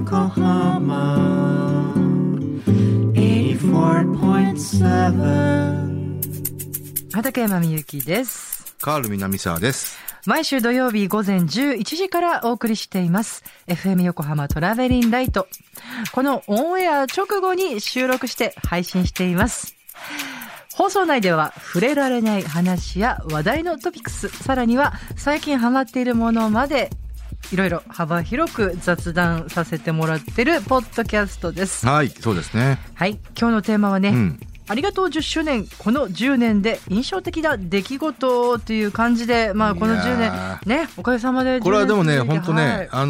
Yokohama 84.7 畠山みゆきです。 カール南沢です。 毎週土曜日午前11時からお送りしています FM 横浜トラベリンライト。このオンエア直後に収録して配信しています。放送内では触れられない話や話題のトピックス、さらには最近ハマっているものまでいろいろ幅広く雑談させてもらってるポッドキャストです。 はい、そうですね。 はい、今日のテーマはね、ありがとう10周年、この10年で印象的な出来事という感じで、まあこの10年ね、おかげさまで10年これはでもね、 続いて本当ね、はい、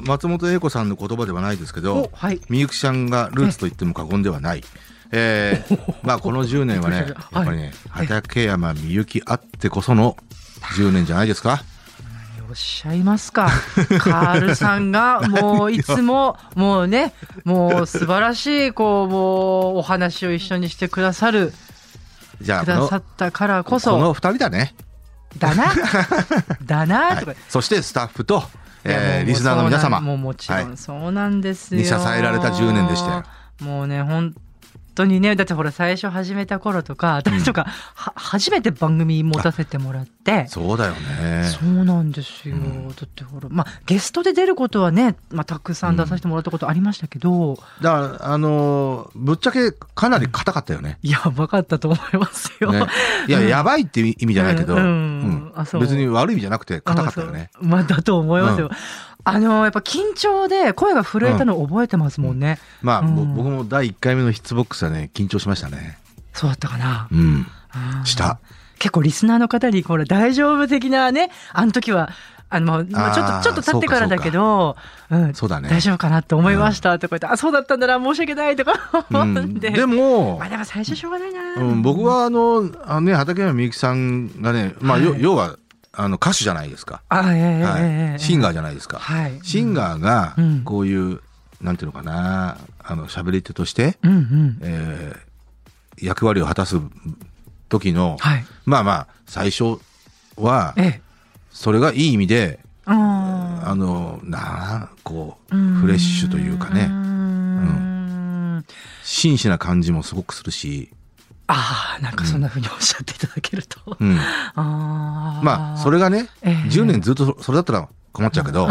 松本英子さんの言葉ではないですけど、はい、みゆきちゃんがルーツと言っても過言ではない。まあこの10年はね、やっぱりね、畠山みゆきあってこその10年じゃないですか。 おっしゃいますか。カールさんがもういつももうね、もう素晴らしいこうもうお話を一緒にしてくださる、 じゃあくださったからこそこの2人だね。 だなだなとか、 はい、そしてスタッフと、リスナーの皆様、 もちろんそうなんですよ、 に支えられた10年でしたよ。 もうね、本当にね、だってほら最初始めた頃とか私とか、初めて番組持たせてもらって、 そうだよね。 そうなんですよ、だってほら、まあ、ゲストで出ることはね、まあ、たくさん出させてもらったことありましたけど、 だからぶっちゃけかなり硬かったよね。 やばかったと思いますよ、ね、 いや、やばいっていう意味じゃないけど、別に悪い意味じじゃなくて硬かったよね。 まあだと思いますよ、やっぱ緊張で声が震えたの覚えてますもんね、まあ、 僕も第1回目のヒッツボックスはね緊張しましたね。 そうだったかな、 した。 結構リスナーの方にこれ大丈夫的なね、あの時はちょっと経ってからだけど、 そうだね、 大丈夫かなと思いましたとか言って、あ、そうだったんだな、申し訳ないとか思って、 でも、 まあ、でも最初しょうがないな、 僕は畠山みゆきさんがね、まあ要は歌手じゃないですか、シンガーじゃないですか、シンガーがこういう、なんていうのかな、喋り手として、役割を果たす時の、まあ最初はそれがいい意味でこうフレッシュというかね、真摯な感じもすごくするし、 なんかそんな風におっしゃっていただけると、 まあそれがね、10年ずっとそれだったら困っちゃうけど、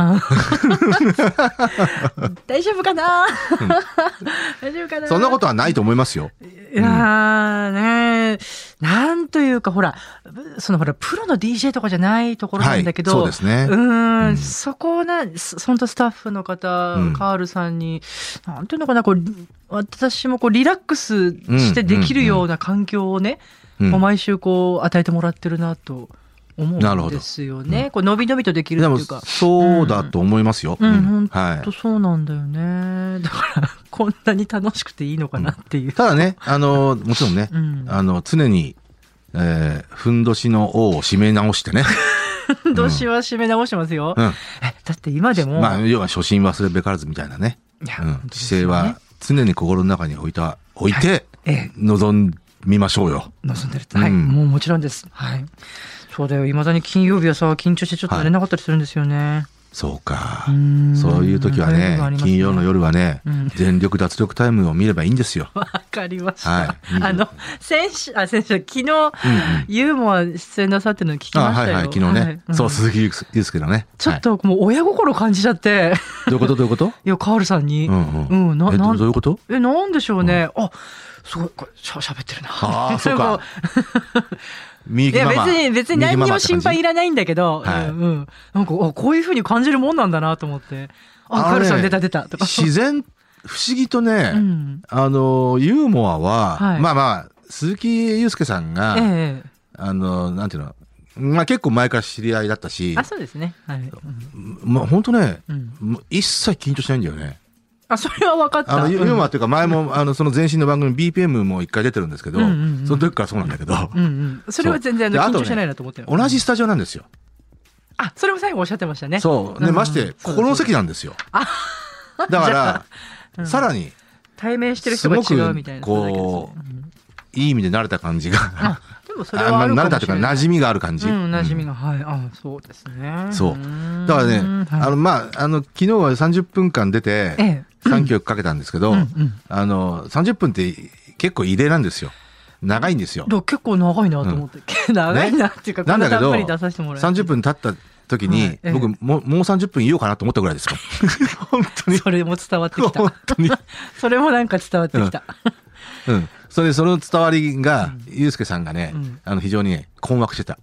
大丈夫かな、大丈夫かな、 そんなことはないと思いますよ。 いやね、なんというか、ほらプロの DJ とかじゃないところなんだけど、 そうですね、 そこを本当スタッフの方、カールさんになんていうのかな、私もリラックスしてできるような環境をね、毎週与えてもらってるなと思うんですよね。のびのびとできるっていうか。 そうだと思いますよ。 本当そうなんだよね。だからこんなに楽しくていいのかなっていう。 ただね、もちろんね、常に、ふんどしの尾を締め直してね。 ふんどしは締め直してますよ。だって今でも。 まあ要は初心忘れべからずみたいなね。姿勢は常に心の中に置いて臨みましょうよ。 臨んでる。はい、もちろんです。はい。そうだよ、未だに金曜日はさ、緊張してちょっと寝れなかったりするんですよね。そうか。そういう時はね、金曜の夜はね、全力脱力タイムを見ればいいんですよ。 わかりました。先週、昨日、ユーモア出演なさってるの聞きましたよ。 昨日ね。そう、鈴木祐介のね。 ちょっともう親心感じちゃって。 どういうこといや、カールさんに。 どういうこと？ なんでしょうね。すごい、喋ってるな。 そうか。 いや別に何にも心配いらないんだけど、なんかこういう風に感じるもんなんだなと思って、カールさん出たとか。 自然、不思議とね、ユーモアは、まあ鈴木祐介さんが、なんていうの、まあ結構前から知り合いだったし、 そうですね。 まあ本当ね、一切緊張しないんだよね。 それは分かった。 ユーモアっていうか、前もその前身の番組 BPM も一回出てるんですけど、その時からそうなんだけど、 それは全然緊張してないなと思って。 同じスタジオなんですよ。 それも最後おっしゃってましたね。 そうね、ましてここの席なんですよ。だからさらに対面してる人が違うみたいな。 こういい意味で慣れた感じが。それは慣れたというか馴染みがある感じ。 馴染みが、そうですね。 そう。だからね、まあ昨日は30分間出て、 3曲かけたんですけど、30分って結構異例なんですよ。長いんですよ。 結構長いなと思って。長いなっていうか、こんなたっぷり出させてもらえる。 30分経った時に、僕もう30分いようかなと思ったぐらいですか。本当に。 それも伝わってきた。 本当に。 それもなんか伝わってきた。 その伝わりが、ゆうすけさんがね、非常にね、困惑してた。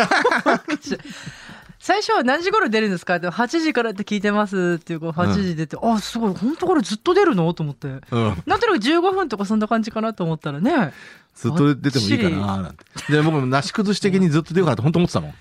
最初は何時頃出るんですかって、8時からって聞いてますっていうか、8時出て、あ、すごい、本当これずっと出るのと思って。なんとなく15分とかそんな感じかなと思ったらね。 ずっと出てもいいかななんて。で、僕もなし崩し的にずっと出ようかなと本当思ってたも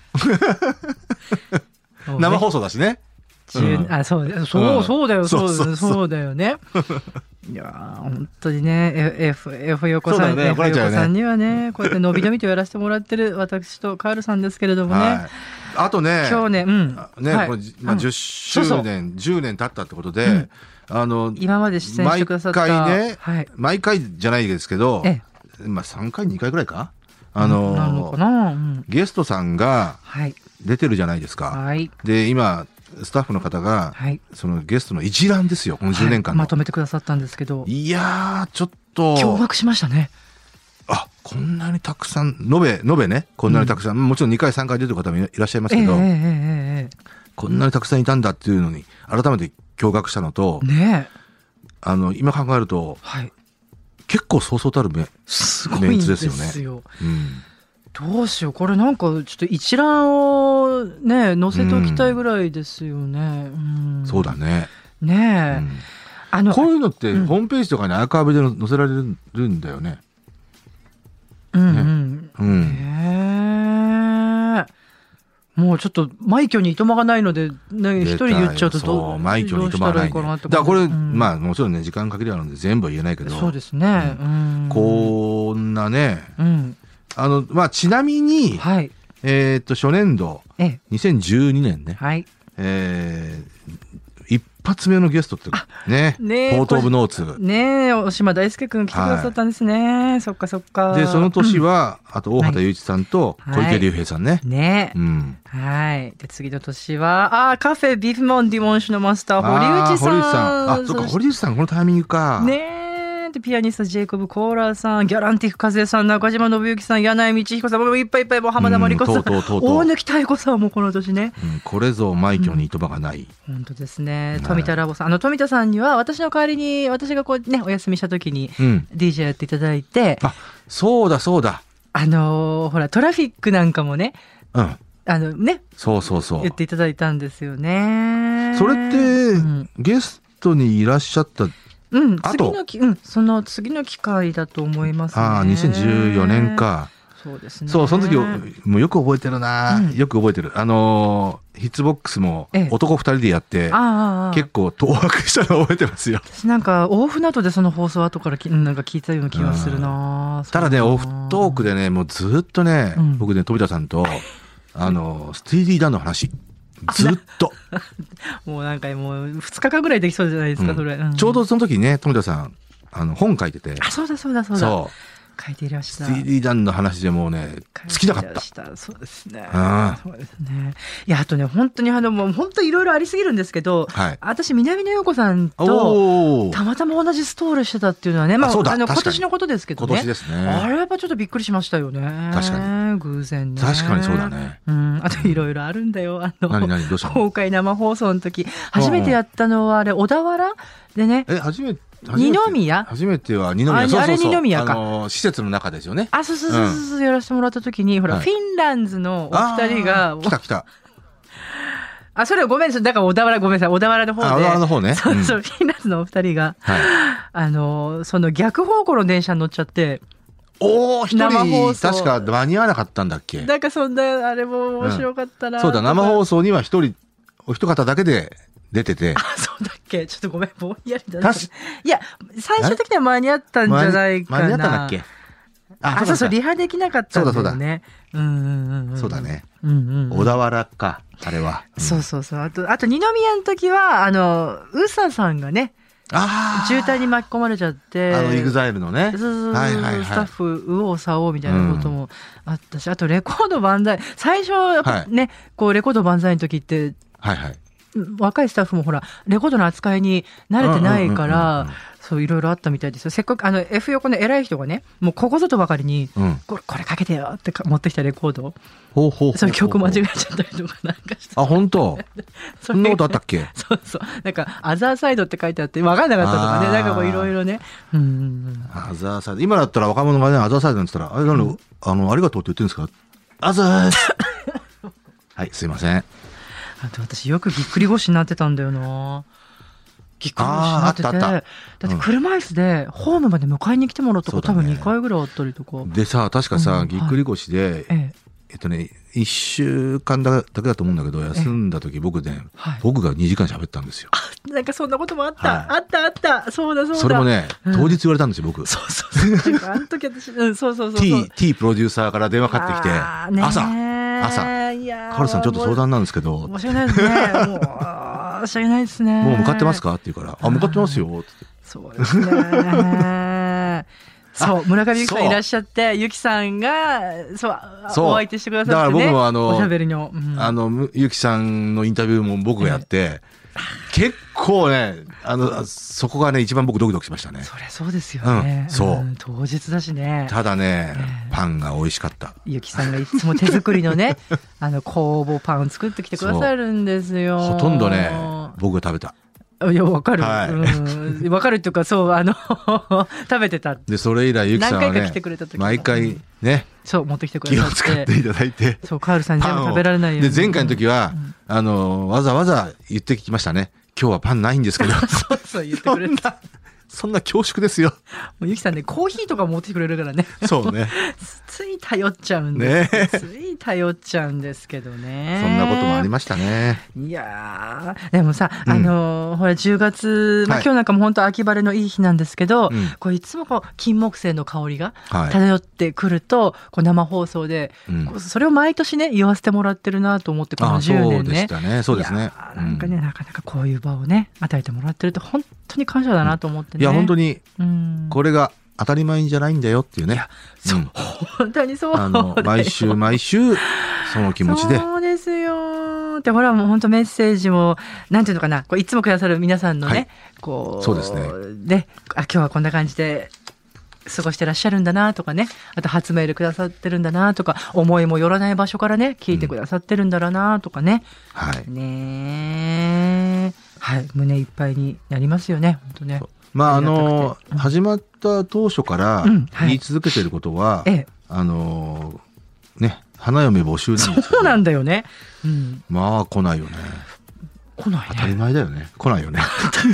ん。生放送だしね。 そうだよ、そうだよね。いや本当にね、F 横さん、F 横さんにはね、こうやってのびのびとやらせてもらってる私とカールさんですけれどもね。 あとね、 今日ね、 10周年、10年経ったってことで、 今まで出演してくださった。 毎回ね、毎回じゃないですけど、3回、2回ぐらいかゲストさんが出てるじゃないですか。で、今、スタッフの方が、そのゲストの一覧ですよ、この10年間の。 まとめてくださったんですけど。 いやー、ちょっと。 驚愕しましたね。 あ、こんなにたくさん、延べね、こんなにたくさん、もちろん2回3回出てる方もいらっしゃいますけど、こんなにたくさんいたんだっていうのに、改めて驚愕したのと、今考えると、結構そうそうたるメンツですよね。どうしよう、これなんかちょっと一覧をね載せておきたいぐらいですよね。 そうだね。 ねえ、こういうのってホームページとかにアーカイブで載せられるんだよね。 もうちょっと枚挙にいとまがないのでね、一人言っちゃうとどうしたらいいかなとか。 だからこれ、まあもちろんね時間限りあるので全部は言えないけど、 そうですね。 こんなね。まあ、ちなみに、初年度、2012年ね、一発目のゲストってね、ポートオブノーツ。 ねえ、大島大輔くん来てくださったんですね。そっかそっか。 で、その年は、あと大畑雄一さんと小池隆平さんね。 ねえ。で、次の年は、カフェビフモンディモンシュのマスター、堀内さん。 あ、そっか、堀内さん、このタイミングか。 ねえ。ピアニストジェイコブ・コーラーさん、ギャランティック・和江さん、中島信之さん、柳井道彦さん、もういっぱいいっぱい、もう浜田真理子さん、大貫妙子さんもこの年ね。 これぞ枚挙にいとまがない。 本当ですね。富田ラボさん、富田さんには私の代わりに、私がこうね、お休みした時に DJ やっていただいて。 そうだそうだ。 ほら、トラフィックなんかもね。ね。 そう。 言っていただいたんですよね。 それって、ゲストにいらっしゃったその次の機会だと思いますね。 2014年か。 そうですね。 その時もうよく覚えてるな。よく覚えてる。ヒッツボックスも男2人でやって、結構当惑したの覚えてますよ。 私なんかオフなどでその放送後からなんか聞いたような気がするな。 ただね、オフトークでね、もうずっとね、僕ね、富田さんと、スティーディー・ダンの話。ずっともうなんかもう2日間ぐらいできそうじゃないですか、それ。 ちょうどその時にね、富田さん本書いてて。 そうだ書いていらした。 スティーディー・ダンの話でもうね尽きなかった。 そうですね。いや、あとね、本当にもう本当いろいろありすぎるんですけど、私南野陽子さんとたまたま同じストールしてたっていうのはね、今年のことですけどね。 今年ですね。 あれはやっぱちょっとびっくりしましたよね。 確かに。 偶然ね。 確かにそうだね。 あといろいろあるんだよ。 何どうしたの？ 公開生放送の時初めてやったのはあれ小田原でね。二宮？ 初めては二宮。 あれ二宮か。 施設の中ですよね。 そうやらせてもらった時に、ほら、フィンランズのお二人が。 来た。 それはごめんなさい。だから小田原、ごめんなさい。小田原の方で。 小田原の方ね。 そう、フィンランズのお二人が、その逆方向の電車に乗っちゃって、 一人、確か間に合わなかったんだっけ？ なんかそんな、あれも面白かったな。 そうだ、生放送にはお一方だけで、出てて。 そうだっけ？ちょっとごめん、ぼんやりだな。いや、最終的には間に合ったんじゃないかな。 間に合ったんだっけ？ そう、リハできなかったんだよね。 そうだね。小田原か、あれは。 そう。あと、二宮の時は、うささんがね、渋滞に巻き込まれちゃって。 イグザイルのね。 スタッフ、右往左往みたいなこともあったし、あとレコード万歳。最初、ね、こう、レコード万歳の時って、 若いスタッフもほら、レコードの扱いに慣れてないから、そういろいろあったみたいですよ。せっかくF 横の偉い人がね、もうここぞとばかりに、これかけてよって持ってきたレコード。その曲間違えちゃったりとかなんかして。 本当。そんなことあったっけ？ そうそう。なんかアザーサイドって書いてあって分かんなかったとかね、なんかこういろいろね。 アザーサイド。今だったら若者がね、アザーサイドなんて言ったら、ありがとうって言ってるんですか？アザース。はい、すいません。 あと私よくぎっくり腰になってたんだよな。ぎっくり腰になってて、だって車椅子でホームまで迎えに来てもらったこと多分2回ぐらいあったりとか。 でさ、確かさ、ぎっくり腰で、1週間だけだと思うんだけど、休んだ時僕が2時間喋ったんですよ。 なんかそんなこともあった。あった。そうだ。 それもね、当日言われたんですよ、僕。 そう。なんかあの時私、そう。 T プロデューサーから電話かかってきて、朝。カルさんちょっと相談なんですけど。 申し訳ないですね。申し訳ないですね。 もう向かってますかって言うから、向かってますよって。 そうですね。そう、村上由紀さんいらっしゃって、由紀さんが、お相手してくださってね。 だから僕もおしゃべりの。 由紀さんのインタビューも僕がやって、結構ね、そこがね、一番僕ドキドキしましたね。 そりゃそうですよね。当日だしね。 ただね、パンが美味しかった。 由紀さんがいつも手作りのね、工房パン作ってきてくださるんですよ。 ほとんどね、僕が食べた。 いや、わかる。わかるっていうか、そう、食べてた。 で、それ以来、ゆきさんはね、毎回ね、 そう、持ってきてくれた。 気を使っていただいて。 そう、カールさん全部食べられないように。 で、前回の時は、わざわざ言ってきましたね。今日はパンないんですけど。 そう言ってくれた。 そんな恐縮ですよ。 もうゆきさんね、コーヒーとか持ってきてくれるからね。 そうね。 つい頼っちゃうんです。つい頼っちゃうんですけどね。 そんなこともありましたね。 いやー、でもさ、ほら、10月、今日なんかも本当秋晴れのいい日なんですけど、こういつもこう、金木犀の香りが漂ってくると、こう生放送で、それを毎年ね、言わせてもらってるなと思って、この10年ね。 そうでしたね。そうですね。 なんかね、なかなかこういう場をね、与えてもらってると、本当に感謝だなと思ってね。 いや、本当に、これが当たり前じゃないんだよっていうね。 そう、本当にそう。 毎週、その気持ちで。 そうですよ。で、ほら、もう本当メッセージも、なんていうのかな、こういつもくださる皆さんのね、こう、 そうですね。 で、今日はこんな感じで、過ごしてらっしゃるんだなとかね、あと初メールくださってるんだなとか、思いもよらない場所からね、聞いてくださってるんだろうなとかね。ねはい、胸いっぱいになりますよね、本当ね。 まあ始まった当初から言い続けてることは、ね、花嫁募集なんですよね。 そうなんだよね。 まあ来ないよね。 来ないね。 当たり前だよね。来ないよね。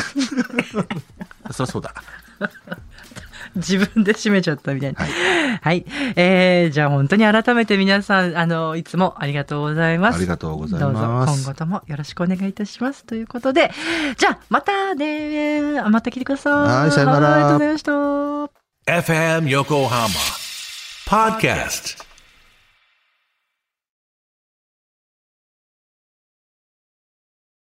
そうだ。 自分で締めちゃったみたいな。はい。じゃあ本当に改めて皆さん、いつもありがとうございます。 ありがとうございます。 どうぞ今後ともよろしくお願いいたします。ということで、じゃあまたね。また来てください。 はい、さよなら。 ありがとうございました。 FM Yokohama Podcast